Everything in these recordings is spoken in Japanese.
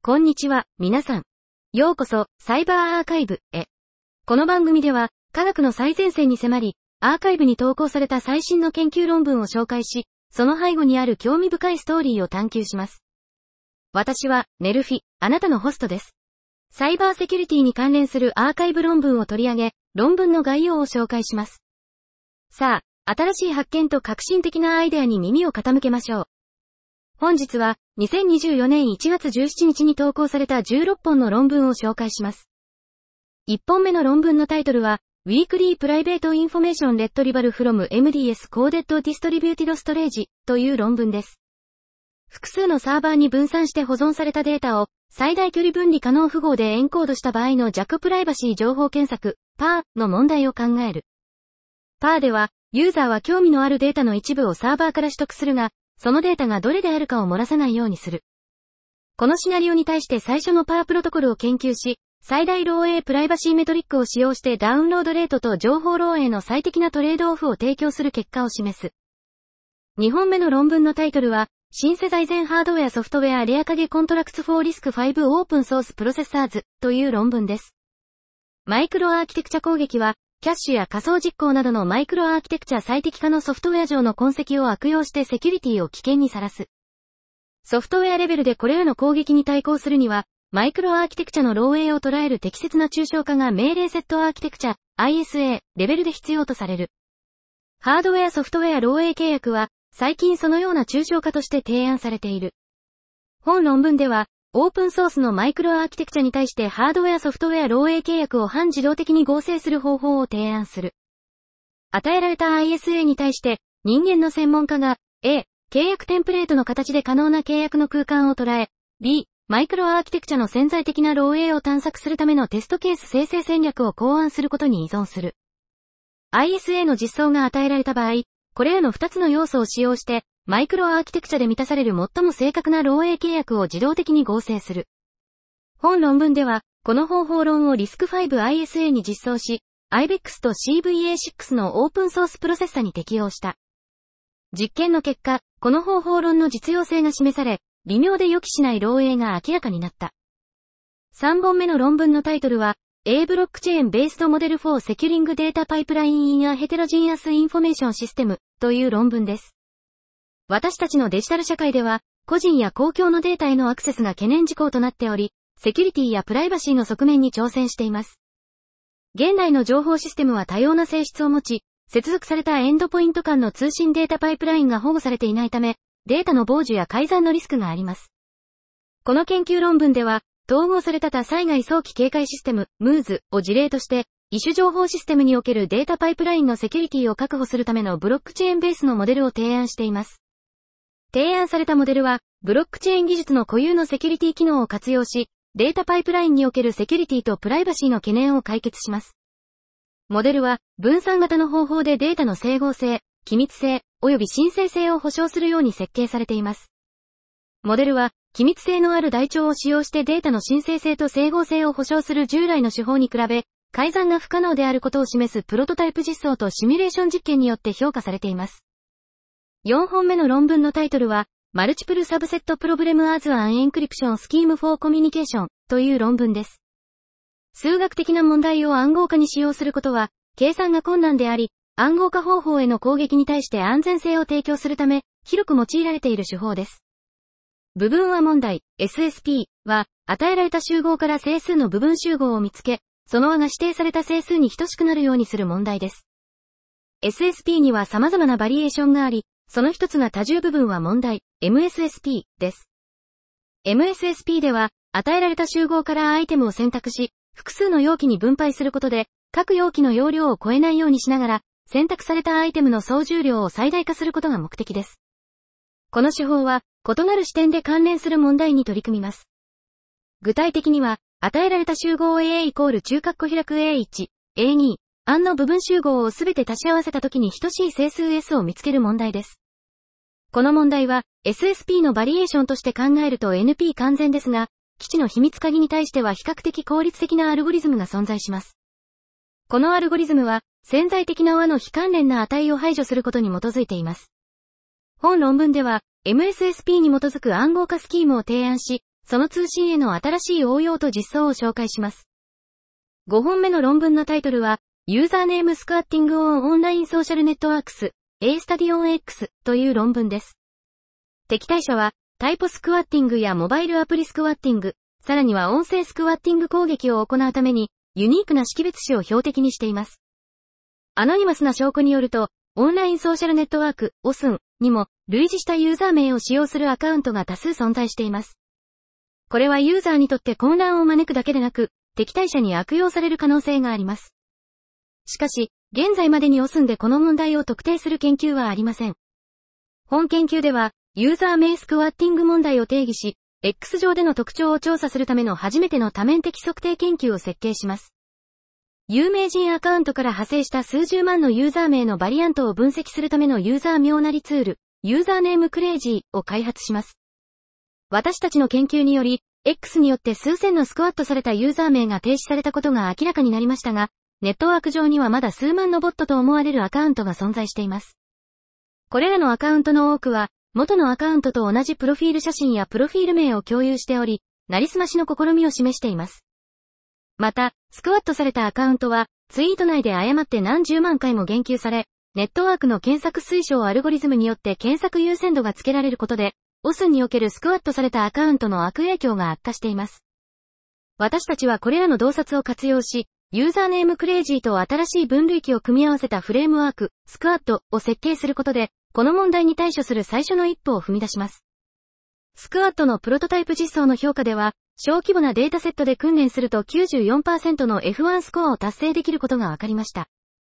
こんにちは、皆さん。ようこそ、サイバーアーカイブへ。この番組では、科学の最前線に迫り、アーカイブに投稿された最新の研究論文を紹介し、その背後にある興味深いストーリーを探求します。私は、ネルフィ、あなたのホストです。サイバーセキュリティに関連するアーカイブ論文を取り上げ、論文の概要を紹介します。さあ、新しい発見と革新的なアイデアに耳を傾けましょう。本日は、2024年1月17日に投稿された16本の論文を紹介します。1本目の論文のタイトルは、Weekly Private Information Retrieval from MDS Coded Distributed Storage という論文です。複数のサーバーに分散して保存されたデータを、最大距離分離可能符号でエンコードした場合の弱プライバシー情報検索、PAR の問題を考える。PAR では、ユーザーは興味のあるデータの一部をサーバーから取得するが、そのデータがどれであるかを漏らさないようにする。このシナリオに対して最初のPARプロトコルを研究し、最大漏洩プライバシーメトリックを使用してダウンロードレートと情報漏洩の最適なトレードオフを提供する結果を示す。2本目の論文のタイトルは、シンセサイゼンハードウェアソフトウェアレア影コントラクツフォーリスク5オープンソースプロセッサーズという論文です。マイクロアーキテクチャ攻撃は、キャッシュや仮想実行などのマイクロアーキテクチャ最適化のソフトウェア上の痕跡を悪用してセキュリティを危険にさらす。ソフトウェアレベルでこれらの攻撃に対抗するには、マイクロアーキテクチャの漏洩を捉える適切な抽象化が命令セットアーキテクチャ ISA レベルで必要とされる。ハードウェアソフトウェア漏洩契約は、最近そのような抽象化として提案されている。本論文では、オープンソースのマイクロアーキテクチャに対してハードウェアソフトウェア漏洩契約を半自動的に合成する方法を提案する。与えられた ISA に対して人間の専門家が A、契約テンプレートの形で可能な契約の空間を捉え B、マイクロアーキテクチャの潜在的な漏洩を探索するためのテストケース生成戦略を考案することに依存する。ISA の実装が与えられた場合、これらの2つの要素を使用してマイクロアーキテクチャで満たされる最も正確な漏洩契約を自動的に合成する。本論文では、この方法論を RISC-V ISA に実装し、IBEX と CVA6 のオープンソースプロセッサに適用した。実験の結果、この方法論の実用性が示され、微妙で予期しない漏洩が明らかになった。3本目の論文のタイトルは、A Blockchain Based Model for Securing Data Pipeline in a Heterogeneous Information System という論文です。私たちのデジタル社会では、個人や公共のデータへのアクセスが懸念事項となっており、セキュリティやプライバシーの側面に挑戦しています。現代の情報システムは多様な性質を持ち、接続されたエンドポイント間の通信データパイプラインが保護されていないため、データの傍受や改ざんのリスクがあります。この研究論文では、統合された多災害早期警戒システム、MOOS を事例として、異種情報システムにおけるデータパイプラインのセキュリティを確保するためのブロックチェーンベースのモデルを提案しています。提案されたモデルは、ブロックチェーン技術の固有のセキュリティ機能を活用し、データパイプラインにおけるセキュリティとプライバシーの懸念を解決します。モデルは、分散型の方法でデータの整合性、機密性、及び申請性を保証するように設計されています。モデルは、機密性のある台帳を使用してデータの申請性と整合性を保証する従来の手法に比べ、改ざんが不可能であることを示すプロトタイプ実装とシミュレーション実験によって評価されています。4本目の論文のタイトルは、Multiple Subset Problem as an Encryption Scheme for Communication という論文です。数学的な問題を暗号化に使用することは、計算が困難であり、暗号化方法への攻撃に対して安全性を提供するため、広く用いられている手法です。部分和問題、SSP は、与えられた集合から整数の部分集合を見つけ、その和が指定された整数に等しくなるようにする問題です。SSP には様々なバリエーションがあり、その一つが多重部分和問題、MSSP です。MSSP では、与えられた集合からアイテムを選択し、複数の容器に分配することで、各容器の容量を超えないようにしながら、選択されたアイテムの総重量を最大化することが目的です。この手法は、異なる視点で関連する問題に取り組みます。具体的には、与えられた集合 A イコール中括弧開く A1、A2、案の部分集合をすべて足し合わせたときに等しい整数 S を見つける問題です。この問題は SSP のバリエーションとして考えると NP 完全ですが、基地の秘密鍵に対しては比較的効率的なアルゴリズムが存在します。このアルゴリズムは潜在的な和の非関連な値を排除することに基づいています。本論文では MSSP に基づく暗号化スキームを提案し、 その通信への新しい応用と実装を紹介します。5本目の論文のタイトルは、ユーザーネームスクワッティングオンオンラインソーシャルネットワークス、A スタディオン X という論文です。敵対者は、タイポスクワッティングやモバイルアプリスクワッティング、さらには音声スクワッティング攻撃を行うために、ユニークな識別子を標的にしています。アノニマスな証拠によると、オンラインソーシャルネットワーク、OSN にも、類似したユーザー名を使用するアカウントが多数存在しています。これはユーザーにとって混乱を招くだけでなく、敵対者に悪用される可能性があります。しかし、現在までにOSNでこの問題を特定する研究はありません。本研究では、ユーザー名スクワッティング問題を定義し、X 上での特徴を調査するための初めての多面的測定研究を設計します。有名人アカウントから派生した数十万のユーザー名のバリアントを分析するためのユーザー名なりツール、ユーザーネームクレイジーを開発します。私たちの研究により、X によって数千のスクワットされたユーザー名が停止されたことが明らかになりましたが、ネットワーク上にはまだ数万のボットと思われるアカウントが存在しています。これらのアカウントの多くは、元のアカウントと同じプロフィール写真やプロフィール名を共有しており、なりすましの試みを示しています。また、スクワットされたアカウントは、ツイート内で誤って何十万回も言及され、ネットワークの検索推奨アルゴリズムによって検索優先度がつけられることで、OSNにおけるスクワットされたアカウントの悪影響が悪化しています。私たちはこれらの洞察を活用し、ユーザーネームクレイジーと新しい分類器を組み合わせたフレームワーク、スクワットを設計することで、この問題に対処する最初の一歩を踏み出します。スクワットのプロトタイプ実装の評価では、小規模なデータセットで訓練すると 94% の F1 スコアを達成できることが分かりました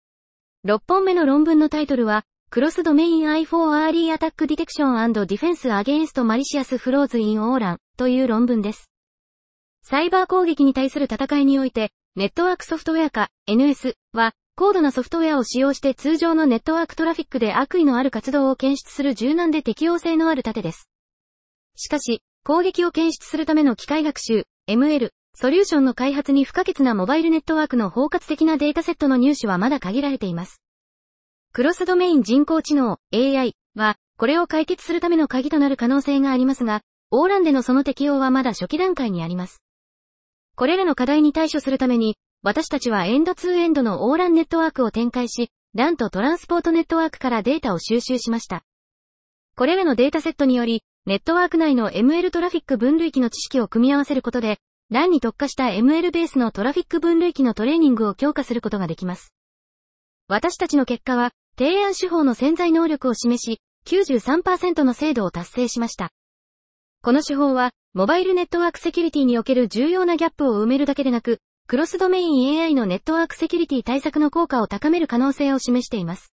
。6本目の論文のタイトルは、クロスドメイン I4 Early Attack Detection and Defense Against Malicious Flaws in ORAN という論文です。サイバー攻撃に対する戦いにおいて、ネットワークソフトウェアか NS は、高度なソフトウェアを使用して通常のネットワークトラフィックで悪意のある活動を検出する柔軟で適応性のある盾です。しかし、攻撃を検出するための機械学習、ML、ソリューションの開発に不可欠なモバイルネットワークの包括的なデータセットの入手はまだ限られています。クロスドメイン人工知能、AI は、これを解決するための鍵となる可能性がありますが、ORANでのその適用はまだ初期段階にあります。これらの課題に対処するために、私たちはエンドツーエンドの ORAN ネットワークを展開し、LAN とトランスポートネットワークからデータを収集しました。これらのデータセットにより、ネットワーク内の ML トラフィック分類器の知識を組み合わせることで、LAN に特化した ML ベースのトラフィック分類器のトレーニングを強化することができます。私たちの結果は、提案手法の潜在能力を示し、93% の精度を達成しました。この手法は、モバイルネットワークセキュリティにおける重要なギャップを埋めるだけでなく、クロスドメイン AI のネットワークセキュリティ対策の効果を高める可能性を示しています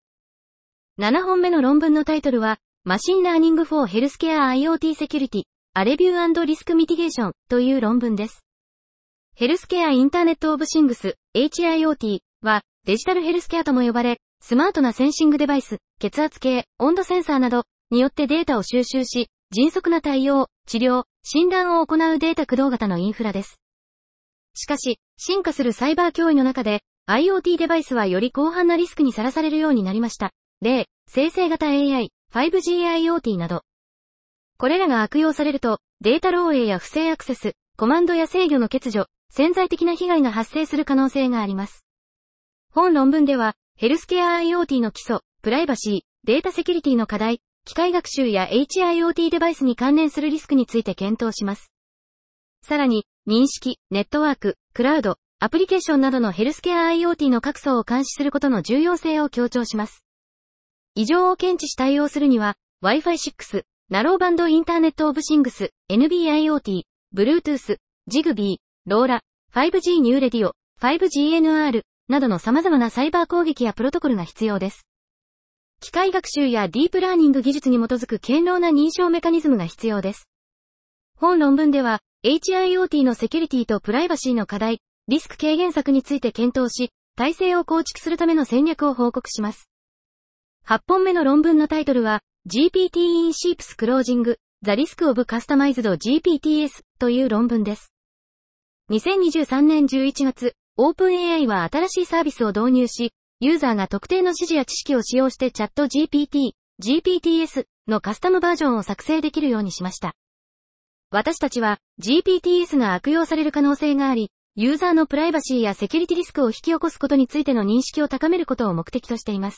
。7本目の論文のタイトルは、マシンラーニング for Healthcare IoT Security, A Review and Risk Mitigation という論文です。ヘルスケアインターネットオブシングス HIoT はデジタルヘルスケアとも呼ばれ、スマートなセンシングデバイス、血圧計、温度センサーなどによってデータを収集し、迅速な対応、治療、診断を行うデータ駆動型のインフラです。しかし、進化するサイバー脅威の中で、IoT デバイスはより広範なリスクにさらされるようになりました。例、生成型 AI、5G IoT など。これらが悪用されると、データ漏洩や不正アクセス、コマンドや制御の欠如、潜在的な被害が発生する可能性があります。本論文では、ヘルスケア IoT の基礎、プライバシー、データセキュリティの課題、機械学習や HIoT デバイスに関連するリスクについて検討します。さらに、認識、ネットワーク、クラウド、アプリケーションなどのヘルスケア IoT の各層を監視することの重要性を強調します。異常を検知し対応するには、Wi-Fi 6、ナローバンドインターネットオブシングス、NB-IoT、Bluetooth、Zigbee、LoRa、5G ニューレディオ、5GNR などの様々なサイバー攻撃やプロトコルが必要です。機械学習やディープラーニング技術に基づく堅牢な認証メカニズムが必要です。本論文では、HIoT のセキュリティとプライバシーの課題、リスク軽減策について検討し、体制を構築するための戦略を報告します。8本目の論文のタイトルは、GPT in Sheep's Closing, The Risk of Customized GPTs という論文です。2023年11月、OpenAI は新しいサービスを導入し、ユーザーが特定の指示や知識を使用してチャット GPT、GPTs のカスタムバージョンを作成できるようにしました。 私たちは GPTs が悪用される可能性があり、ユーザーのプライバシーやセキュリティリスクを引き起こすことについての認識を高めることを目的としています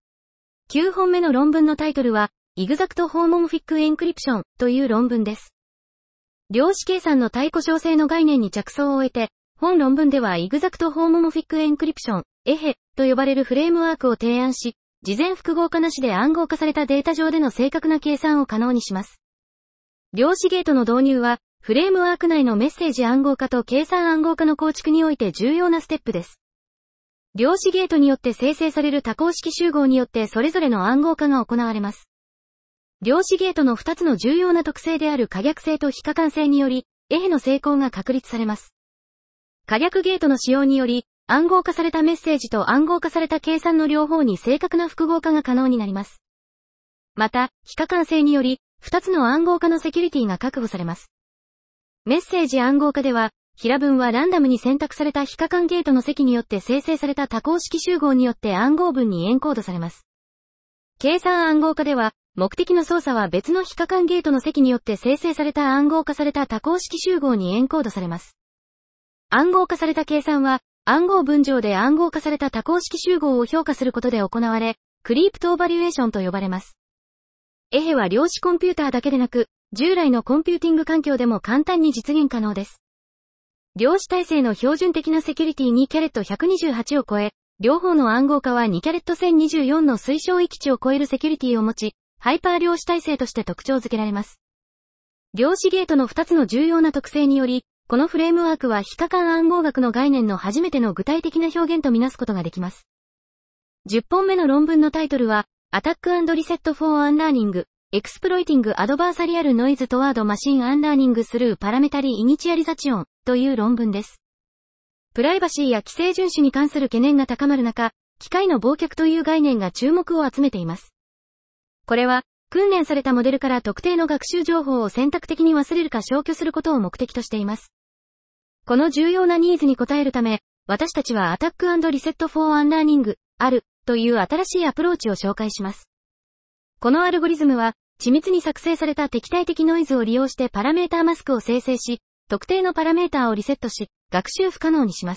。9本目の論文のタイトルは、Exact Homomorphic Encryption という論文です。量子計算の対呼称性の概念に着想を得て、本論文では Exact Homomorphic Encryption、EHE と呼ばれるフレームワークを提案し、事前複合化なしで暗号化されたデータ上での正確な計算を可能にします。量子ゲートの導入は、フレームワーク内のメッセージ暗号化と計算暗号化の構築において重要なステップです。量子ゲートによって生成される多項式集合によってそれぞれの暗号化が行われます。量子ゲートの2つの重要な特性である可逆性と非可換性により、EHEの成功が確立されます。可逆ゲートの使用により、暗号化されたメッセージと暗号化された計算の両方に正確な複合化が可能になります。また、非可換性により、2つの暗号化のセキュリティが確保されます。メッセージ暗号化では、平文はランダムに選択された非可換ゲートの積によって生成された多項式集合によって暗号文にエンコードされます。計算暗号化では、目的の操作は別の非可換ゲートの積によって生成された暗号化された多項式集合にエンコードされます。暗号化された計算は、暗号文上で暗号化された多項式集合を評価することで行われ、クリプトバリュエーションと呼ばれます。EHEは量子コンピューターだけでなく、従来のコンピューティング環境でも簡単に実現可能です。量子体制の標準的なセキュリティ 2C128 を超え、両方の暗号化は 2C1024 の推奨域値を超えるセキュリティを持ち、ハイパー量子体制として特徴づけられます。量子ゲートの2つの重要な特性により、このフレームワークは非可換暗号学の概念の初めての具体的な表現とみなすことができます。10本目の論文のタイトルは、Attack and Reset for Unlearning, Exploiting Adversarial Noise Toward Machine Unlearning through Parametry Initialization という論文です。プライバシーや規制遵守に関する懸念が高まる中、機械の忘却という概念が注目を集めています。これは、訓練されたモデルから特定の学習情報を選択的に忘れるか消去することを目的としています。この重要なニーズに応えるため、私たちは Attack and Reset for Unlearning, AR という新しいアプローチを紹介します。このアルゴリズムは、緻密に作成された敵対的ノイズを利用してパラメータマスクを生成し、特定のパラメータをリセットし、学習不可能にします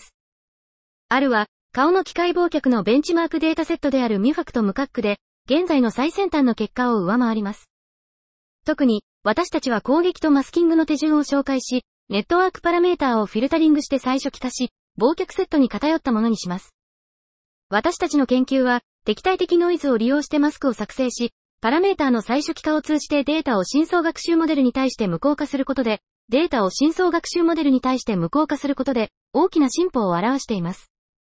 。AR は、顔の機械忘却のベンチマークデータセットである MUFAC と MUCAC で、現在の最先端の結果を上回ります。特に、私たちは攻撃とマスキングの手順を紹介し、ネットワークパラメータをフィルタリングして最初期化し、忘却セットに偏ったものにします。私たちの研究は、敵対的ノイズを利用してマスクを作成し、パラメータの最初期化を通じてデータを深層学習モデルに対して無効化することで、データを深層学習モデルに対して無効化することで、大きな進歩を表しています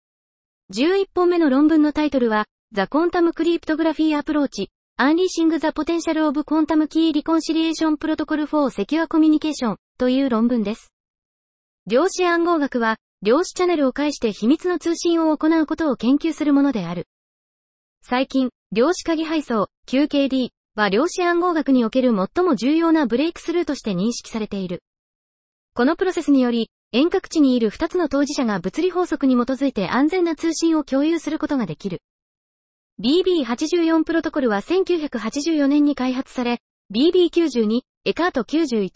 。11本目の論文のタイトルは、The Quantum Cryptography Approach, Unleashing the Potential of Quantum Key Reconciliation Protocol for Secure Communication という論文です。量子暗号学は、量子チャネルを介して秘密の通信を行うことを研究するものである。最近、量子鍵配送、QKD は量子暗号学における最も重要なブレイクスルーとして認識されている。このプロセスにより、遠隔地にいる2つの当事者が物理法則に基づいて安全な通信を共有することができる。BB84 プロトコルは1984年に開発され、BB92、エカート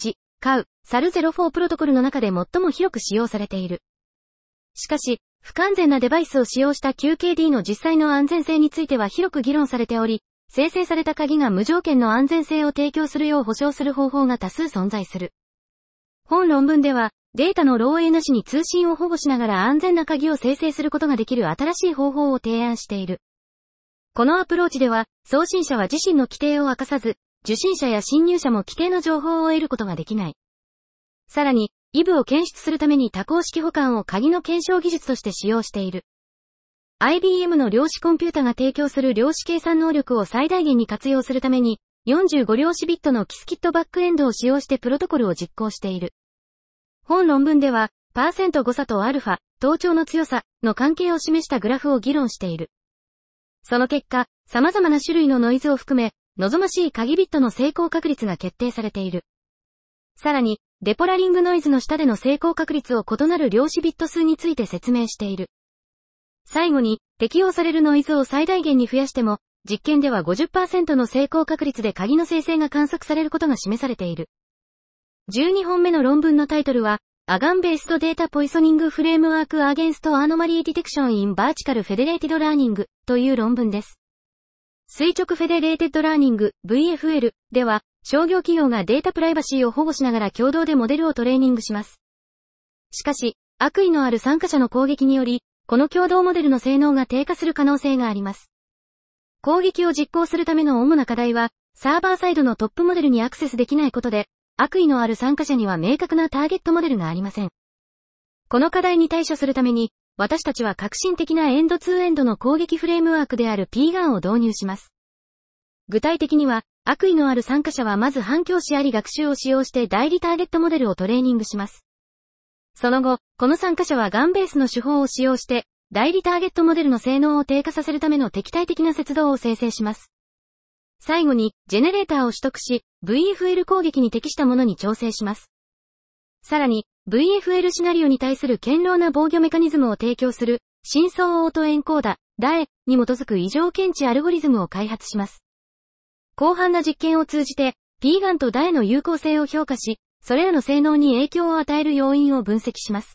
91、CAU、SAL04 プロトコルの中で最も広く使用されている。しかし、不完全なデバイスを使用した QKD の実際の安全性については広く議論されており、生成された鍵が無条件の安全性を提供するよう保証する方法が多数存在する。本論文では、データの漏洩なしに通信を保護しながら安全な鍵を生成することができる新しい方法を提案している。このアプローチでは、送信者は自身の規定を明かさず、受信者や侵入者も規定の情報を得ることができない。さらに、異部を検出するために多項式保管を鍵の検証技術として使用している。IBM の量子コンピュータが提供する量子計算能力を最大限に活用するために、45量子ビットのキスキットバックエンドを使用してプロトコルを実行している。本論文では、パーセント誤差とアルファ、盗聴の強さの関係を示したグラフを議論している。その結果、様々な種類のノイズを含め、望ましい鍵ビットの成功確率が決定されている。さらに、デポラリングノイズの下での成功確率を異なる量子ビット数について説明している。最後に、適用されるノイズを最大限に増やしても、実験では 50% の成功確率で鍵の生成が観測されることが示されている。 12本目の論文のタイトルは、AGAN-Based Data Poisoning Framework Against Anomaly Detection in Vertical Federated Learning という論文です。垂直フェデレーテッドラーニング VFL では、商業企業がデータプライバシーを保護しながら共同でモデルをトレーニングします。しかし、悪意のある参加者の攻撃により、この共同モデルの性能が低下する可能性があります。攻撃を実行するための主な課題は、サーバーサイドのトップモデルにアクセスできないことで、悪意のある参加者には明確なターゲットモデルがありません。この課題に対処するために、私たちは革新的なエンドツーエンドの攻撃フレームワークである PGAN を導入します。具体的には、悪意のある参加者はまず反教師あり学習を使用して代理ターゲットモデルをトレーニングします。その後、この参加者はGANベースの手法を使用して、代理ターゲットモデルの性能を低下させるための敵対的な接動を生成します。最後に、ジェネレーターを取得し、VFL 攻撃に適したものに調整します。さらに、VFL シナリオに対する堅牢な防御メカニズムを提供する、深層オートエンコーダ、DAE に基づく異常検知アルゴリズムを開発します。広範な実験を通じて、PGAN とDAE の有効性を評価し、それらの性能に影響を与える要因を分析します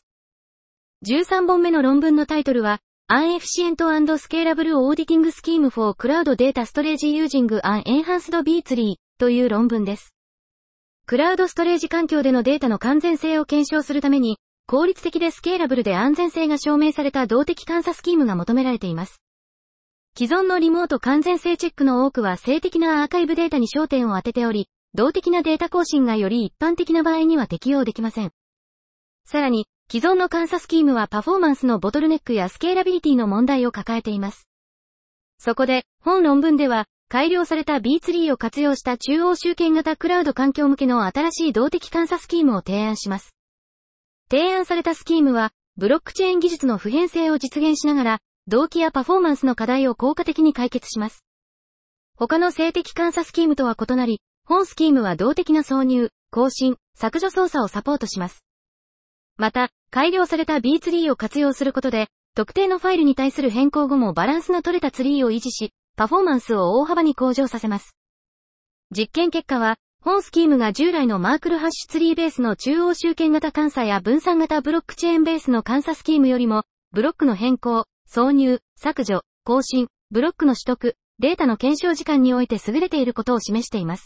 。13本目の論文のタイトルは、An Efficient and Scalable Auditing Scheme for Cloud Data Storage Using an Enhanced B-Tree という論文です。クラウドストレージ環境でのデータの完全性を検証するために、効率的でスケーラブルで安全性が証明された動的監査スキームが求められています。既存のリモート完全性チェックの多くは静的なアーカイブデータに焦点を当てており、動的なデータ更新がより一般的な場合には適用できません。さらに、既存の監査スキームはパフォーマンスのボトルネックやスケーラビリティの問題を抱えています。そこで、本論文では、改良された B-Tree を活用した中央集権型クラウド環境向けの新しい動的監査スキームを提案します。提案されたスキームは、ブロックチェーン技術の普遍性を実現しながら、同期やパフォーマンスの課題を効果的に解決します。他の静的監査スキームとは異なり、本スキームは動的な挿入、更新、削除操作をサポートします。また、改良された B-Tree を活用することで、特定のファイルに対する変更後もバランスの取れたツリーを維持し、パフォーマンスを大幅に向上させます。実験結果は、本スキームが従来のマークルハッシュツリーベースの中央集権型監査や分散型ブロックチェーンベースの監査スキームよりも、ブロックの変更、挿入、削除、更新、ブロックの取得、データの検証時間において優れていることを示しています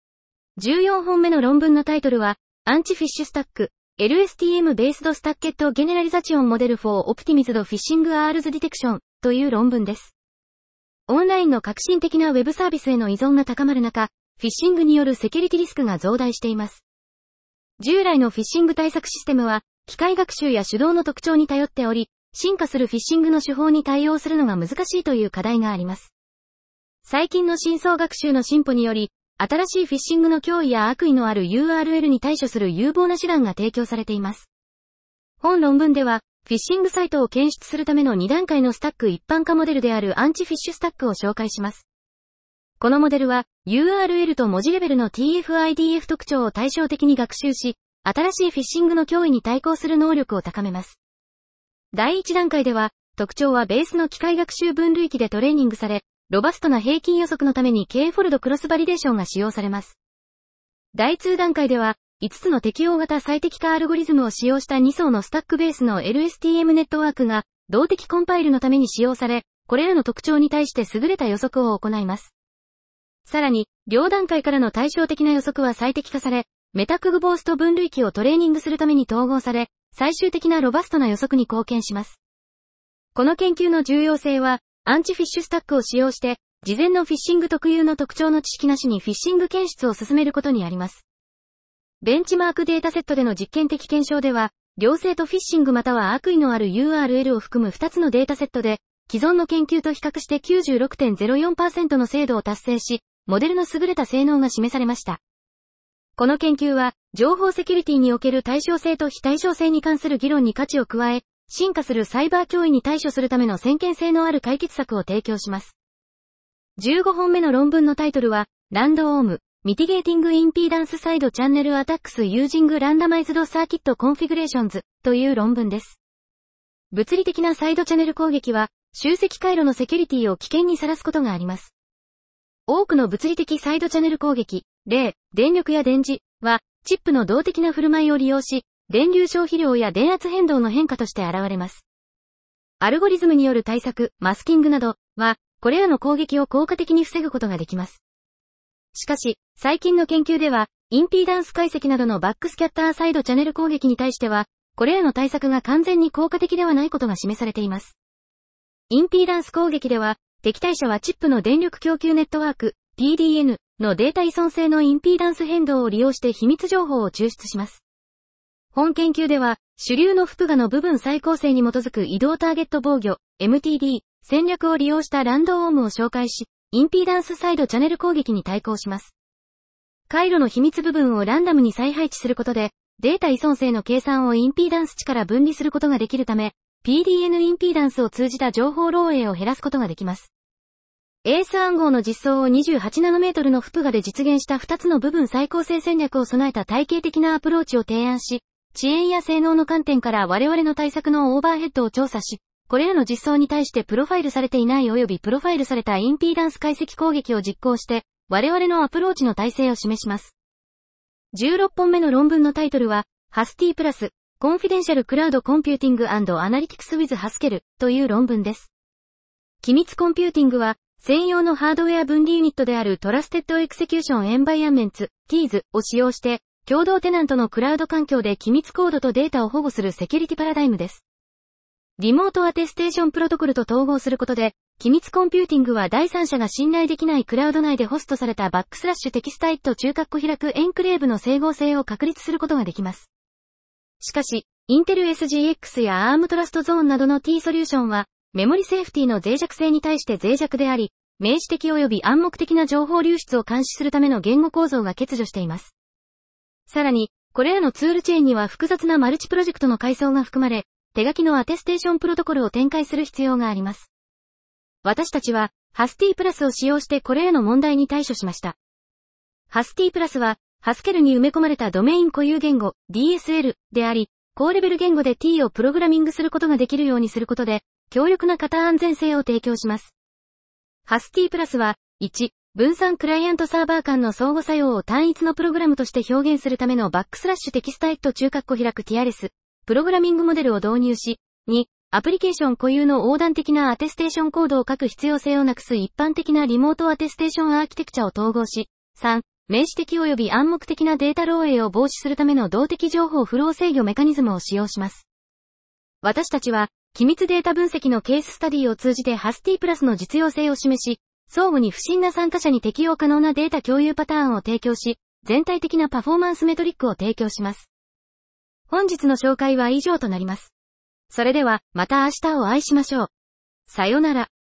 。14本目の論文のタイトルは、アンチフィッシュスタック、LSTM Based Stacked Generalization Model for Optimized Phishing Arms Detection という論文です。オンラインの革新的なウェブサービスへの依存が高まる中、フィッシングによるセキュリティリスクが増大しています。従来のフィッシング対策システムは、機械学習や手動の特徴に頼っており、進化するフィッシングの手法に対応するのが難しいという課題があります。最近の深層学習の進歩により、新しいフィッシングの脅威や悪意のある URL に対処する有望な手段が提供されています。本論文では、フィッシングサイトを検出するための2段階のスタック一般化モデルであるアンチフィッシュスタックを紹介します。このモデルは、URL と文字レベルの TF-IDF 特徴を対照的に学習し、新しいフィッシングの脅威に対抗する能力を高めます。第1段階では、特徴はベースの機械学習分類器でトレーニングされ、ロバストな平均予測のために K-フォルドクロスバリデーションが使用されます。第2段階では、5つの適応型最適化アルゴリズムを使用した2層のスタックベースの LSTM ネットワークが、動的コンパイルのために使用され、これらの特徴に対して優れた予測を行います。さらに、両段階からの対照的な予測は最適化され、メタクグボースト分類器をトレーニングするために統合され、最終的なロバストな予測に貢献します。この研究の重要性は、アンチフィッシュスタックを使用して、事前のフィッシング特有の特徴の知識なしにフィッシング検出を進めることにあります。ベンチマークデータセットでの実験的検証では、良性とフィッシングまたは悪意のある URL を含む2つのデータセットで、既存の研究と比較して 96.04% の精度を達成し、モデルの優れた性能が示されました。この研究は、情報セキュリティにおける対称性と非対称性に関する議論に価値を加え、進化するサイバー脅威に対処するための先見性のある解決策を提供します。15本目の論文のタイトルは、ランドオーム、Mitigating Impedance Side Channel Attacks Using Randomized Circuit Configurations という論文です。物理的なサイドチャネル攻撃は、集積回路のセキュリティを危険にさらすことがあります。多くの物理的サイドチャネル攻撃、例、電力や電磁は、 チップの動的な振る舞いを利用し、電流消費量や電圧変動の変化として現れます。アルゴリズムによる対策、マスキングなどは、これらの攻撃を効果的に防ぐことができます。しかし、最近の研究では、インピーダンス解析などのバックスキャッターサイドチャネル攻撃に対しては、これらの対策が完全に効果的ではないことが示されています。インピーダンス攻撃では、敵対者はチップの電力供給ネットワーク、PDN のデータ依存性のインピーダンス変動を利用して秘密情報を抽出します。本研究では、主流の複画の部分再構成に基づく移動ターゲット防御、MTD、戦略を利用したランドオームを紹介し、インピーダンスサイドチャネル攻撃に対抗します。回路の秘密部分をランダムに再配置することで、データ依存性の計算をインピーダンス値から分離することができるため、PDN インピーダンスを通じた情報漏洩を減らすことができます。エース暗号の実装を28ナノメートルの複画で実現した2つの部分再構成戦略を備えた体系的なアプローチを提案し、遅延や性能の観点から我々の対策のオーバーヘッドを調査し、これらの実装に対してプロファイルされていない及びプロファイルされたインピーダンス解析攻撃を実行して、我々のアプローチの体制を示します。16本目の論文のタイトルは、ハスティプラス、コンフィデンシャルクラウドコンピューティング&アナリティクス with Haskell という論文です。機密コンピューティングは、専用のハードウェア分離ユニットであるトラステッドエクセキューションエンバイアンメンツ、TEAS を使用して、共同テナントのクラウド環境で機密コードとデータを保護するセキュリティパラダイムです。リモートアテステーションプロトコルと統合することで、機密コンピューティングは第三者が信頼できないクラウド内でホストされたバックスラッシュテキスタイット中括弧開くエンクレーブの整合性を確立することができます。しかし、インテル SGX や ARM トラストゾーンなどの T ソリューションは、メモリセーフティの脆弱性に対して脆弱であり、名詞的及び暗黙的な情報流出を監視するための言語構造が欠如しています。さらに、これらのツールチェーンには複雑なマルチプロジェクトの階層が含まれ、手書きのアテステーションプロトコルを展開する必要があります。私たちは、ハスティプラスを使用してこれらの問題に対処しました。ハスティプラスは、ハスケルに埋め込まれたドメイン固有言語、DSL であり、高レベル言語で T をプログラミングすることができるようにすることで、強力な型安全性を提供します。ハスティプラスは、1、分散クライアントサーバー間の相互作用を単一のプログラムとして表現するためのバックスラッシュテキスタイット中括弧開く TRS、プログラミングモデルを導入し、2、アプリケーション固有の横断的なアテステーションコードを書く必要性をなくす一般的なリモートアテステーションアーキテクチャを統合し、3、名詞的及び暗黙的なデータ漏洩を防止するための動的情報フロー制御メカニズムを使用します。私たちは、機密データ分析のケーススタディを通じてハスティプラスの実用性を示し、相互に不審な参加者に適用可能なデータ共有パターンを提供し、全体的なパフォーマンスメトリックを提供します。本日の紹介は以上となります。それでは、また明日をお会いしましょう。さよなら。